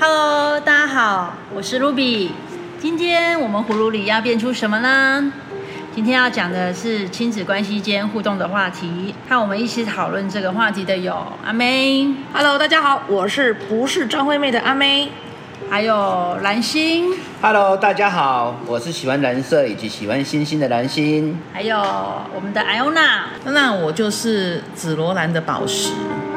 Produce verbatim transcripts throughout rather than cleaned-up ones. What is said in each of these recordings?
Hello， 大家好，我是 Ruby。今天我们葫芦里要变出什么呢？今天要讲的是亲子关系间互动的话题，和我们一起讨论这个话题的有阿妹。 Hello， 大家好，我是不是张惠妹的阿妹， 还有蓝星。 Hello， 大家好，我是喜欢蓝色以及喜欢星星的蓝星。 还有我们的 Iona， 那我就是紫罗兰的宝石。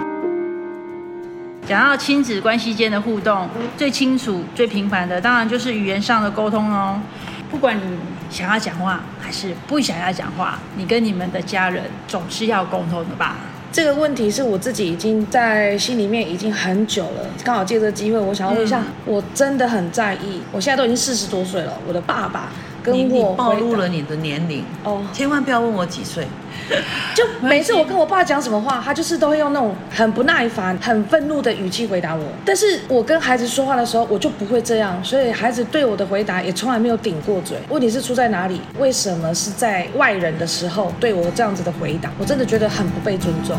讲到亲子关系间的互动，最清楚、最频繁的，当然就是语言上的沟通哦。不管你想要讲话还是不想要讲话，你跟你们的家人总是要沟通的吧？ 这个问题是我自己已经在心里面已经很久了，刚好借这个机会，我想要问一下，嗯、我真的很在意。我现在都已经四十多岁了，我的爸爸跟我你你暴露了你的年龄哦，千万不要问我几岁。 就每次我跟我爸讲什么话，他就是都会用那种很不耐烦、很愤怒的语气回答我。但是我跟孩子说话的时候，我就不会这样，所以孩子对我的回答也从来没有顶过嘴。问题是出在哪里？为什么是在外人的时候对我这样子的回答？我真的觉得很不被尊重。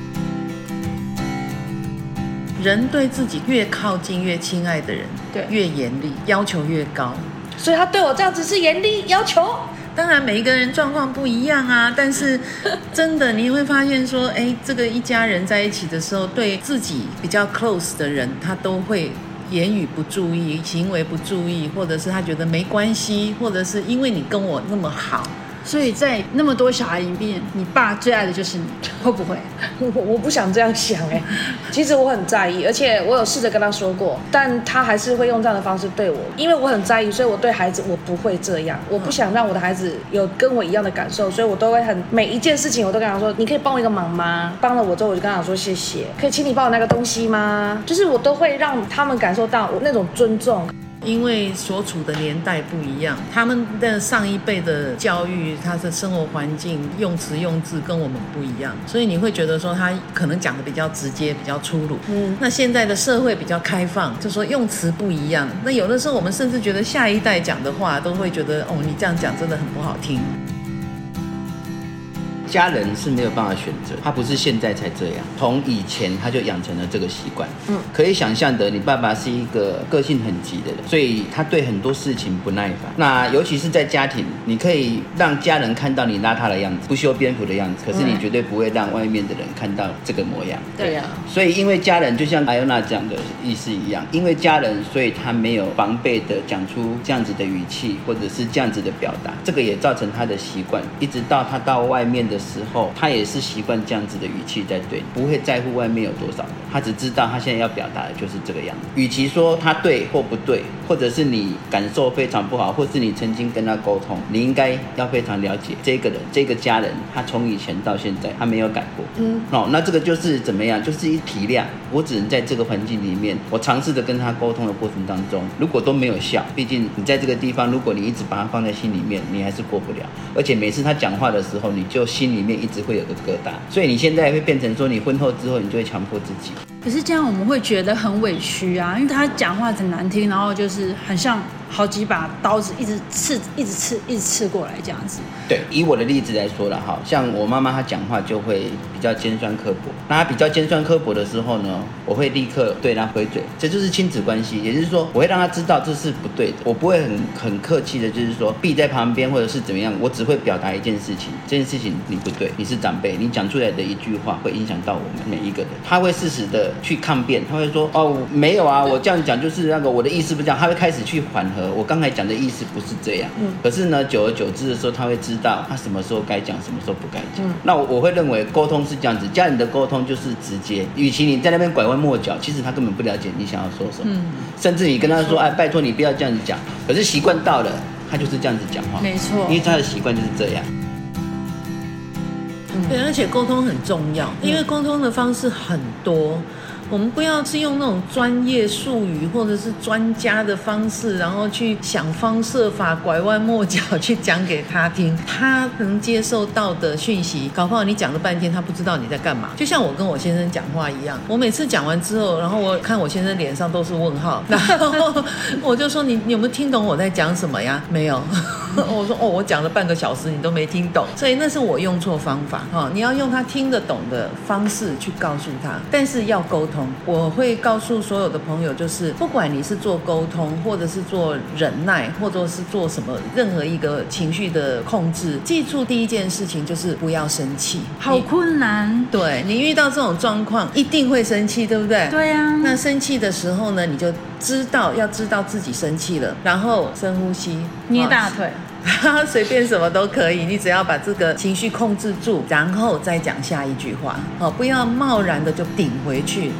人对自己越靠近、越亲爱的人，对越严厉，要求越高。 所以他对我这样子是严厉要求。 当然每一个人状况不一样啊，但是真的你会发现说，哎，这个一家人在一起的时候，对自己比较 close 的人，他都会言语不注意，行为不注意，或者是他觉得没关系，或者是因为你跟我那么好。 所以在那么多小孩里面，你爸最爱的就是你，会不会？ 我我不想这样想哎、欸，其实我很在意，而且我有试着跟他说过，但他还是会用这样的方式对我，因为我很在意，所以我对孩子我不会这样，我不想让我的孩子有跟我一样的感受，所以我都会很每一件事情我都跟他说，你可以帮我一个忙吗？帮了我之后我就跟他说谢谢，可以请你帮我那个东西吗？就是我都会让他们感受到我那种尊重。 因为所处的年代不一样，他们的上一辈的教育，他的生活环境、用词用字跟我们不一样，所以你会觉得说他可能讲的比较直接、比较粗鲁。嗯，那现在的社会比较开放，就说用词不一样。那有的时候我们甚至觉得下一代讲的话，都会觉得哦，你这样讲真的很不好听。 家人是没有办法选择，他不是现在才这样，从以前他就养成了这个习惯。嗯，可以想象的，你爸爸是一个个性很急的人，所以他对很多事情不耐烦。那尤其是在家庭，你可以让家人看到你邋遢的样子、不修边幅的样子，可是你绝对不会让外面的人看到这个模样。 对呀、啊， 所以因为家人，就像艾欧娜讲的意思一样，因为家人，所以他没有防备的讲出这样子的语气，或者是这样子的表达，这个也造成他的习惯，一直到他到外面的时候，他也是习惯这样子的语气在对你，不会在乎外面有多少人，他只知道他现在要表达的就是这个样子。与其说他对或不对，或者是你感受非常不好，或是你曾经跟他沟通，你应该要非常了解这个人，这个家人，他从以前到现在他没有改过。嗯，哦，那这个就是怎么样？就是一体谅。我只能在这个环境里面，我尝试着跟他沟通的过程当中，如果都没有效，毕竟你在这个地方，如果你一直把他放在心里面，你还是过不了。而且每次他讲话的时候，你就心里面一直会有个疙瘩，所以你现在会变成说，你婚后之后，你就会强迫自己。 可是这样我们会觉得很委屈啊，因为他讲话很难听，然后就是很像好几把刀子一直刺、一直刺、一直刺过来这样子。 对，以我的例子来说了哈，像我妈妈她讲话就会比较尖酸刻薄，那她比较尖酸刻薄的时候呢，我会立刻对她回嘴，这就是亲子关系，也就是说，我会让她知道这是不对的，我不会很很客气的，就是说避在旁边或者是怎么样，我只会表达一件事情，这件事情你不对，你是长辈，你讲出来的一句话会影响到我们每一个人，他会适时的去抗辩，他会说哦没有啊，我这样讲就是那个我的意思不是这样，他会开始去缓和我刚才讲的意思不是这样。嗯，可是呢，久而久之的时候，他会知道他什么时候该讲，什么时候不该讲。嗯，那我我会认为沟通是这样子，家人的沟通就是直接，与其你在那边拐弯抹角，其实他根本不了解你想要说什么。嗯，甚至你跟他说，哎，拜托你不要这样子讲，可是习惯到了，他就是这样子讲话。 没错， 因为他的习惯就是这样。 对，而且沟通很重要，因为沟通的方式很多。我们不要是用那种专业术语或者是专家的方式，然后去想方设法拐弯抹角去讲给他听，他能接受到的讯息，搞不好你讲了半天他不知道你在干嘛。就像我跟我先生讲话一样，我每次讲完之后，然后我看我先生脸上都是问号，然后我就说你你有没有听懂我在讲什么呀？没有我说哦，我讲了半个小时你都没听懂，所以那是我用错方法哦。你要用他听得懂的方式去告诉他，但是要沟通。我会告诉所有的朋友，就是不管你是做沟通，或者是做忍耐，或者是做什么任何一个情绪的控制，记住第一件事情就是不要生气。 好困难。 对，你遇到这种状况一定会生气，对不对？ 对啊。 那生气的时候呢，你就知道要知道自己生气了，然后深呼吸， 捏大腿。 随便什么都可以，你只要把这个情绪控制住，然后再讲下一句话，哦，不要贸然的就顶回去。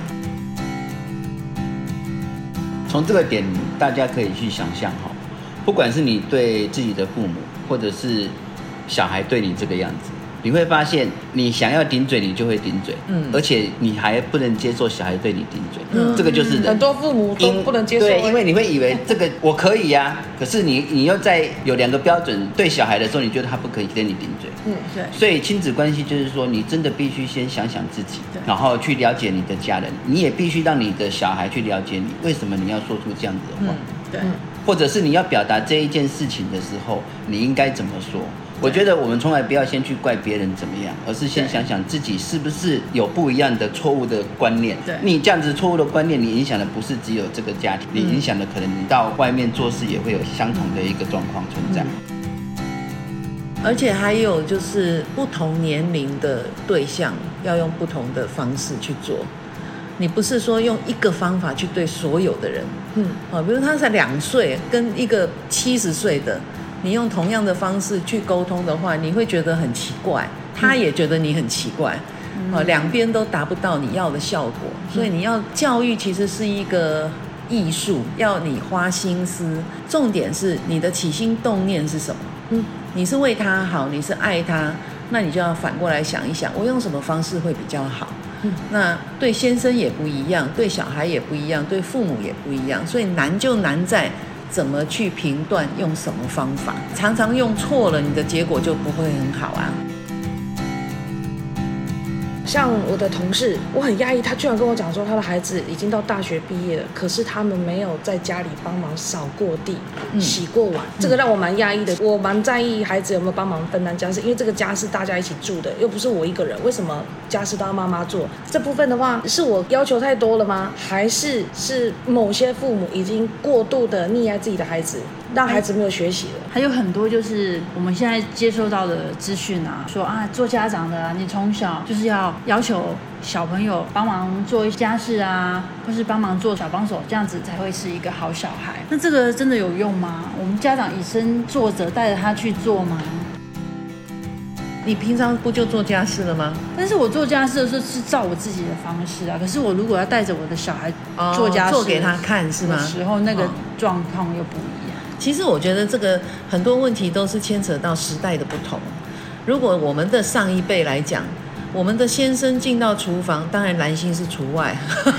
从这个点，大家可以去想象哈，不管是你对自己的父母，或者是小孩对你这个样子，你会发现，你想要顶嘴，你就会顶嘴，嗯，而且你还不能接受小孩对你顶嘴，嗯，这个就是人很多父母都不能接受， 对，因为你会以为这个我可以呀、啊，可是你你又在有两个标准对小孩的时候，你觉得他不可以跟你顶嘴， 嗯，对， 所以亲子关系就是说，你真的必须先想想自己，然后去了解你的家人，你也必须让你的小孩去了解你，为什么你要说出这样子的话， 嗯，对， 或者是你要表达这一件事情的时候，你应该怎么说？我觉得我们从来不要先去怪别人怎么样，而是先想想自己是不是有不一样的错误的观念。 对， 你这样子错误的观念，你影响的不是只有这个家庭，你影响的可能你到外面做事也会有相同的一个状况存在。 嗯，而且还有就是不同年龄的对象要用不同的方式去做。你不是说用一个方法去对所有的人，嗯，啊，比如他才两岁，跟一个七十岁的，你用同样的方式去沟通的话，你会觉得很奇怪，他也觉得你很奇怪，嗯，啊，两边都达不到你要的效果，所以你要教育其实是一个艺术，要你花心思，重点是你的起心动念是什么，嗯，你是为他好，你是爱他，那你就要反过来想一想，我用什么方式会比较好。嗯，那对先生也不一样，对小孩也不一样，对父母也不一样，所以难就难在怎么去评断用什么方法，常常用错了，你的结果就不会很好啊。 像我的同事，我很讶异，他居然跟我讲说，他的孩子已经到大学毕业了，可是他们没有在家里帮忙扫过地、嗯、洗过碗，这个让我蛮讶异的。我蛮在意孩子有没有帮忙分担家事，因为这个家是大家一起住的，又不是我一个人，为什么家事都要妈妈做？这部分的话，是我要求太多了吗？还是是某些父母已经过度的溺爱自己的孩子，让孩子没有学习了？ 还有很多就是我们现在接收到的资讯啊，说啊，做家长的啊，你从小就是要要求小朋友帮忙做家事啊，或是帮忙做小帮手，这样子才会是一个好小孩。那这个真的有用吗？我们家长以身作则，带着他去做吗？ 你平常不就做家事了吗？ 但是我做家事的时候是照我自己的方式啊。可是我如果要带着我的小孩做家事、哦、 做给他看是吗？ 的时候那个状况又不一样。 其实我觉得这个很多问题都是牵扯到时代的不同。如果我们的上一辈来讲，我们的先生进到厨房，当然男性是除外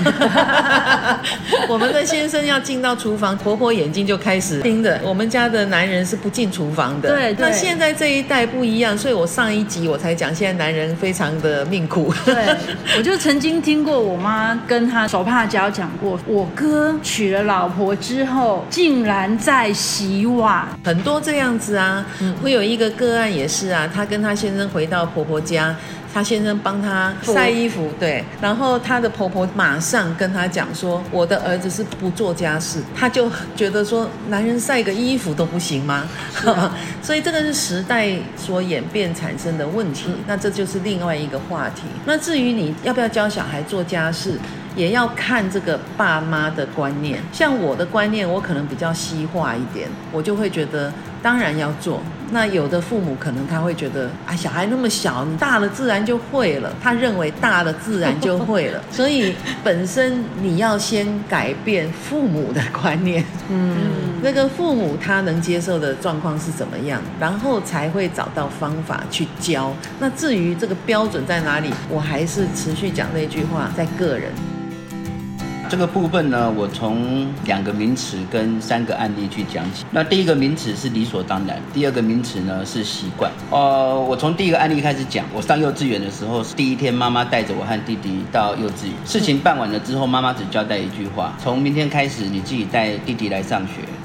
我们的先生要进到厨房，婆婆眼睛就开始盯着，我们家的男人是不进厨房的。 对， 那现在这一代不一样，所以我上一集我才讲现在男人非常的命苦对，我就曾经听过我妈跟她手帕交讲过，我哥娶了老婆之后竟然在洗碗， 很多这样子啊、嗯、会有一个个案也是啊，她跟她先生回到婆婆家，她先生帮她晒衣服，对，然后她的婆婆马上跟她讲说，我的儿子是不做家事，她就觉得说，男人晒个衣服都不行吗？啊、所以这个是时代所演变产生的问题，那这就是另外一个话题。那至于你要不要教小孩做家事，也要看这个爸妈的观念。像我的观念，我可能比较西化一点，我就会觉得当然要做。那有的父母可能他会觉得啊，小孩那么小，你大了自然就会了，他认为大了自然就会了所以本身你要先改变父母的观念，嗯，那个父母他能接受的状况是怎么样，然后才会找到方法去教。那至于这个标准在哪里，我还是持续讲那句话，在个人。 这个部分呢，我从两个名词跟三个案例去讲起。那第一个名词是理所当然，第二个名词呢是习惯。呃，我从第一个案例开始讲。我上幼稚园的时候，第一天妈妈带着我和弟弟到幼稚园，事情办完了之后，妈妈只交代一句话：从明天开始，你自己带弟弟来上学，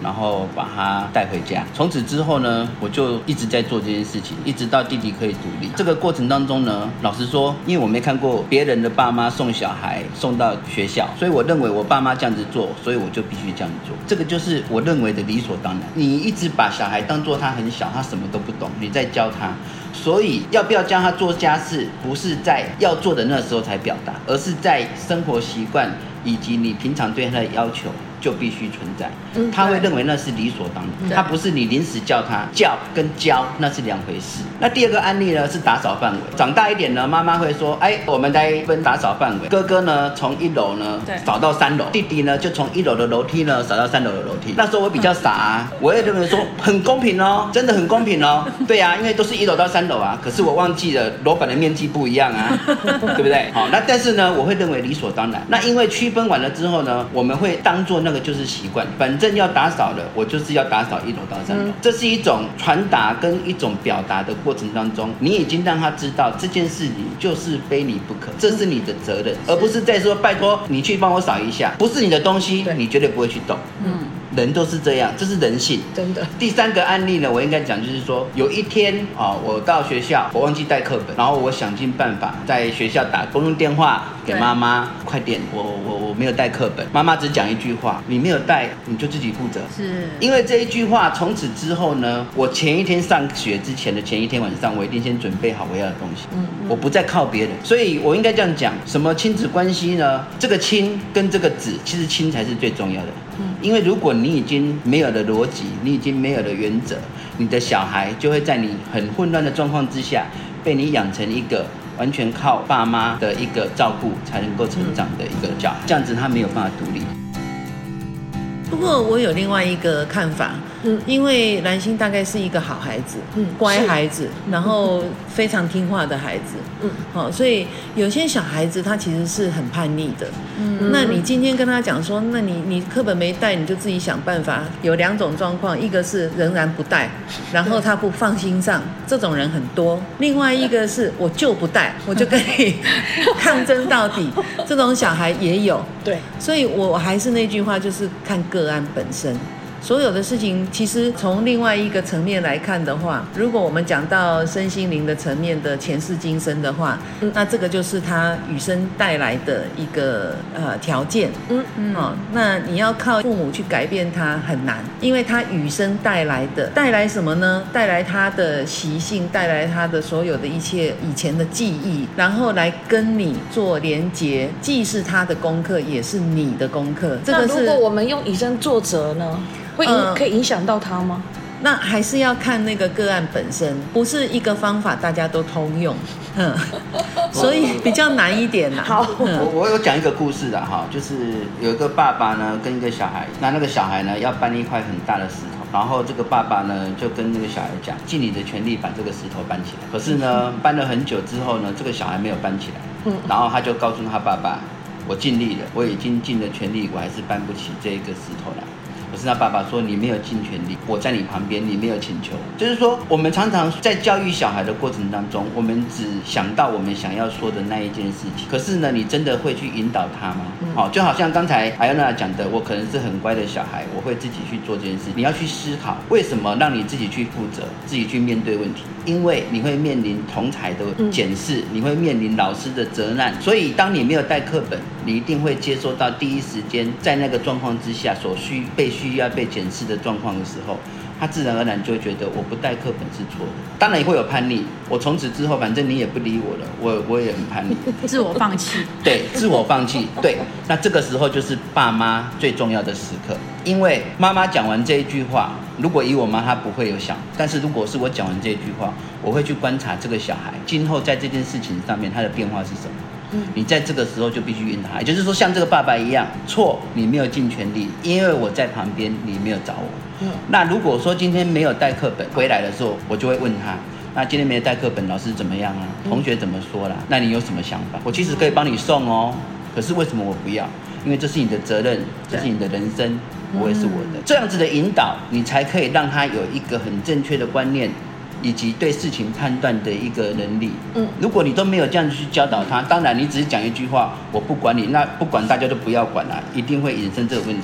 然后把他带回家。从此之后呢，我就一直在做这件事情，一直到弟弟可以独立。这个过程当中呢，老实说，因为我没看过别人的爸妈送小孩送到学校，所以我认为我爸妈这样子做，所以我就必须这样做。这个就是我认为的理所当然。你一直把小孩当作他很小，他什么都不懂，你在教他，所以要不要教他做家事，不是在要做的那时候才表达，而是在生活习惯以及你平常对他的要求就必须存在。他会认为那是理所当然，他不是你临时叫他，叫跟教那是两回事。那第二个案例呢是打扫范围，长大一点呢，妈妈会说，哎，我们来分打扫范围，哥哥呢从一楼呢扫到三楼，弟弟呢就从一楼的楼梯呢扫到三楼的楼梯。那时候我比较傻啊，我也认为说很公平哦，真的很公平哦，对啊，因为都是一楼到三楼啊，可是我忘记了楼板的面积不一样啊，对不对？好，那但是呢，我会认为理所当然。那因为区分完了之后呢，我们会当做那个就是习惯，反正要打扫了，我就是要打扫一楼到三楼。嗯、这是一种传达跟一种表达的过程当中，你已经让他知道这件事情就是非你不可，这是你的责任，而不是在说拜托你去帮我扫一下，不是你的东西，你绝对不会去动。嗯。人都是这样，这是人性， 真的。 第三个案例呢，我应该讲就是说，有一天啊、哦，我到学校，我忘记带课本，然后我想尽办法在学校打公用电话给妈妈，快点，我我我没有带课本，妈妈只讲一句话，你没有带，你就自己负责。 是， 因为这一句话，从此之后呢，我前一天上学之前的前一天晚上，我一定先准备好我要的东西，嗯嗯，我不再靠别人，所以我应该这样讲，什么亲子关系呢？这个亲跟这个子，其实亲才是最重要的。嗯，因为如果你已经没有了逻辑，你已经没有了原则，你的小孩就会在你很混乱的状况之下，被你养成一个完全靠爸妈的一个照顾才能够成长的一个小孩，这样子他没有办法独立。 不过我有另外一个看法，嗯，因为兰心大概是一个好孩子，嗯，乖孩子，然后非常听话的孩子，嗯，好、哦，所以有些小孩子他其实是很叛逆的，嗯，那你今天跟他讲说，那你你课本没带，你就自己想办法。有两种状况，一个是仍然不带，然后他不放心上，这种人很多；另外一个是我就不带，我就跟你抗争到底，这种小孩也有。 对， 所以我还是那句话，就是看个案本身。所有的事情其实从另外一个层面来看的话，如果我们讲到身心灵的层面的前世今生的话，嗯、那这个就是他与生带来的一个呃条件。嗯嗯、哦，那你要靠父母去改变他很难，因为他与生带来的带来什么呢？带来他的习性，带来他的所有的一切以前的记忆，然后来跟你做连结，既是他的功课，也是你的功课。这个是。 那如果我们用以身作则呢？会影、呃、可以影响到他吗？ 那还是要看那个个案本身，不是一个方法大家都通用，嗯，所以比较难一点啦。 好， 嗯、 我我有讲一个故事的哈，就是有一个爸爸呢跟一个小孩，那那个小孩呢要搬一块很大的石头，然后这个爸爸呢就跟那个小孩讲，尽你的全力把这个石头搬起来。可是呢，搬了很久之后呢，这个小孩没有搬起来，嗯，然后他就告诉他爸爸，我尽力了，我已经尽了全力，我还是搬不起这个石头来。可是他爸爸说，你没有尽全力，我在你旁边，你没有请求。就是说我们常常在教育小孩的过程当中，我们只想到我们想要说的那一件事情，可是呢你真的会去引导他吗？好、嗯，就好像刚才艾欧娜讲的，我可能是很乖的小孩，我会自己去做这件事。你要去思考为什么让你自己去负责，自己去面对问题，因为你会面临同侪的检视、嗯、你会面临老师的责难，所以当你没有带课本，你一定会接收到第一时间在那个状况之下所需被需要被检视的状况的时候，他自然而然就会觉得我不带课本是错的。当然也会有叛逆，我从此之后反正你也不理我了，我我也很叛逆， 自我放弃。 对，自我放弃。对，那这个时候就是爸妈最重要的时刻，因为妈妈讲完这一句话，如果以我妈她不会有想，但是如果是我讲完这一句话，我会去观察这个小孩今后在这件事情上面他的变化是什么。你在这个时候就必须引导他，也就是说像这个爸爸一样，错你没有尽全力，因为我在旁边，你没有找我。嗯，那如果说今天没有带课本回来的时候，我就会问他，那今天没有带课本，老师怎么样啊？同学怎么说啦？那你有什么想法？我其实可以帮你送哦，可是为什么我不要？因为这是你的责任，这是你的人生，不会是我的。这样子的引导，你才可以让他有一个很正确的观念，以及对事情判断的一个能力。嗯，如果你都没有这样子去教导他，当然你只是讲一句话，我不管你，那不管大家都不要管啦，一定会衍生这个问题。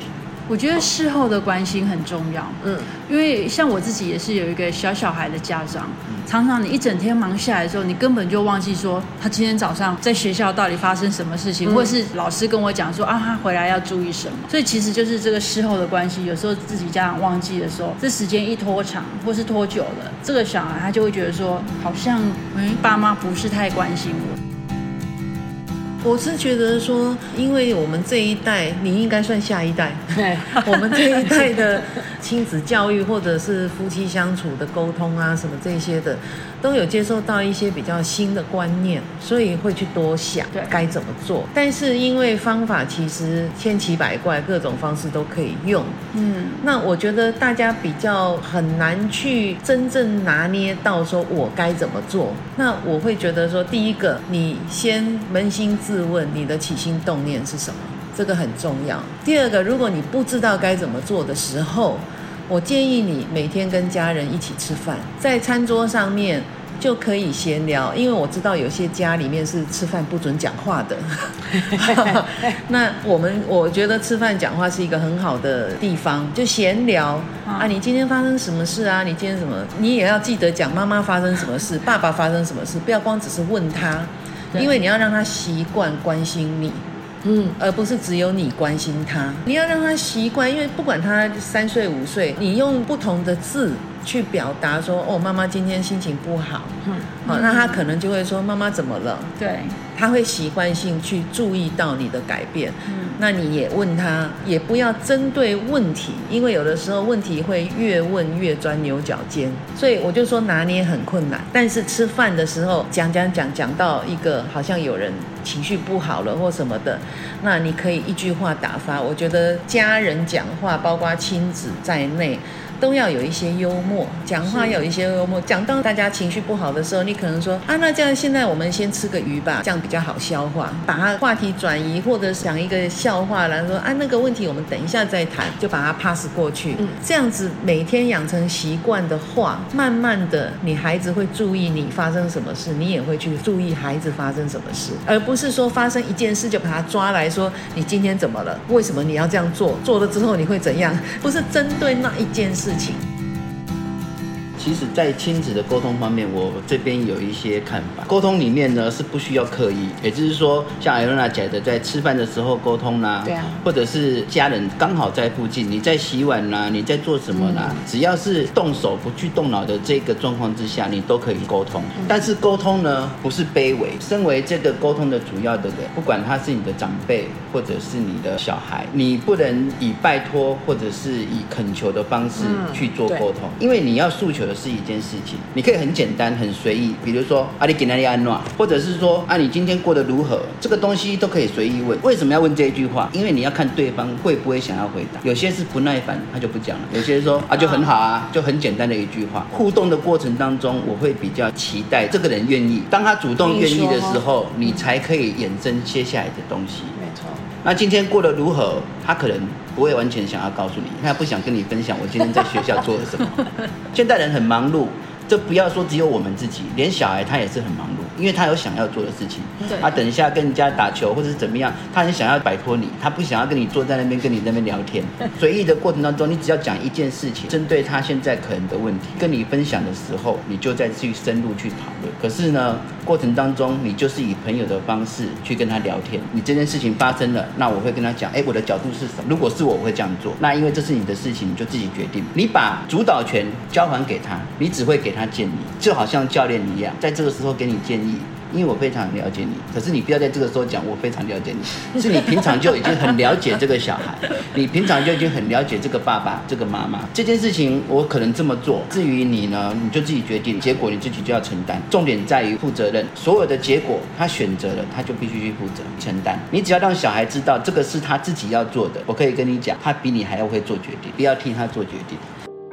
我觉得事后的关心很重要，嗯，因为像我自己也是有一个小小孩的家长，常常你一整天忙下来的时候，你根本就忘记说他今天早上在学校到底发生什么事情，嗯、或者是老师跟我讲说啊，他回来要注意什么。所以其实就是这个事后的关系，有时候自己家长忘记的时候，这时间一拖长或是拖久了，这个小孩他就会觉得说，好像嗯爸妈不是太关心我。 我是觉得说，因为我们这一代，你应该算下一代，我们这一代的亲子教育或者是夫妻相处的沟通啊，什么这些的，都有接受到一些比较新的观念，所以会去多想该怎么做。但是因为方法其实千奇百怪，各种方式都可以用，嗯，那我觉得大家比较很难去真正拿捏到说我该怎么做。那我会觉得说，第一个，你先扪心自自问你的起心动念是什么，这个很重要。第二个，如果你不知道该怎么做的时候，我建议你每天跟家人一起吃饭，在餐桌上面就可以闲聊，因为我知道有些家里面是吃饭不准讲话的那我们我觉得吃饭讲话是一个很好的地方，就闲聊啊，你今天发生什么事啊，你今天什么，你也要记得讲妈妈发生什么事，爸爸发生什么事，不要光只是问他，因为你要让他习惯关心你，嗯，而不是只有你关心他。你要让他习惯，因为不管他三岁五岁，你用不同的字去表达说，哦，妈妈今天心情不好，嗯，好，那他可能就会说，妈妈怎么了？ 对， 他会习惯性去注意到你的改变，嗯，那你也问他，也不要针对问题，因为有的时候问题会越问越钻牛角尖，所以我就说拿捏很困难。但是吃饭的时候讲讲讲讲到一个好像有人情绪不好了或什么的，那你可以一句话打发。我觉得家人讲话，包括亲子在内，都要有一些幽默，讲话要有一些幽默。讲到大家情绪不好的时候，你可能说啊，那这样现在我们先吃个鱼吧，这样比较好消化，把它话题转移，或者想一个笑话来说啊，那个问题我们等一下再谈，就把它 pass 过去。嗯，这样子每天养成习惯的话，慢慢的你孩子会注意你发生什么事，你也会去注意孩子发生什么事，而不是说发生一件事就把他抓来说你今天怎么了，为什么你要这样做，做了之后你会怎样，不是针对那一件事情。 其实，在亲子的沟通方面，我这边有一些看法。沟通里面呢是不需要刻意，也就是说，像艾伦娜讲的，在吃饭的时候沟通啦，对啊，或者是家人刚好在附近，你在洗碗啦，你在做什么啦，嗯、只要是动手不去动脑的这个状况之下，你都可以沟通。嗯、但是沟通呢，不是卑微。身为这个沟通的主要的人，不管他是你的长辈或者是你的小孩，你不能以拜托或者是以恳求的方式去做沟通，嗯、因为你要诉求的是一件事情，你可以很简单很随意，比如说啊你今天安怎，或者是说啊你今天过得如何，这个东西都可以随意问。为什么要问这一句话？因为你要看对方会不会想要回答。有些是不耐烦，他就不讲了；有些是说啊就很好啊，就很简单的一句话。互动的过程当中，我会比较期待这个人愿意。当他主动愿意的时候，你才可以衍生接下来的东西。没错。那今天过得如何？他可能不会完全想要告诉你，他不想跟你分享我今天在学校做了什么。现代人很忙碌，这不要说只有我们自己，连小孩他也是很忙碌，因为他有想要做的事情。他等一下跟人家打球或者是怎么样，他很想要摆脱你，他不想要跟你坐在那边跟你那边聊天。随意的过程当中，你只要讲一件事情，针对他现在可能的问题，跟你分享的时候，你就再去深入去讨论。可是呢，过程当中你就是以朋友的方式去跟他聊天。你这件事情发生了，那我会跟他讲，哎，我的角度是什么？如果是我，我会这样做。那因为这是你的事情，你就自己决定。你把主导权交还给他，你只会给他建议，就好像教练一样，在这个时候给你建议。因为我非常了解你，可是你不要在这个时候讲我非常了解你，是你平常就已经很了解这个小孩，你平常就已经很了解这个爸爸这个妈妈。这件事情我可能这么做，至于你呢，你就自己决定，结果你自己就要承担。重点在于负责任，所有的结果他选择了，他就必须去负责承担。你只要让小孩知道这个是他自己要做的，我可以跟你讲，他比你还要会做决定，不要替他做决定。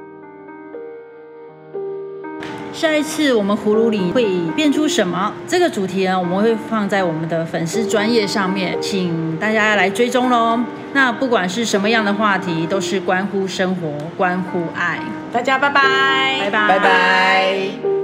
下一次我们葫芦里会变出什么？这个主题呢，我们会放在我们的粉丝专页上面，请大家来追踪咯。那不管是什么样的话题，都是关乎生活，关乎爱。 大家拜拜， 拜拜， 拜拜。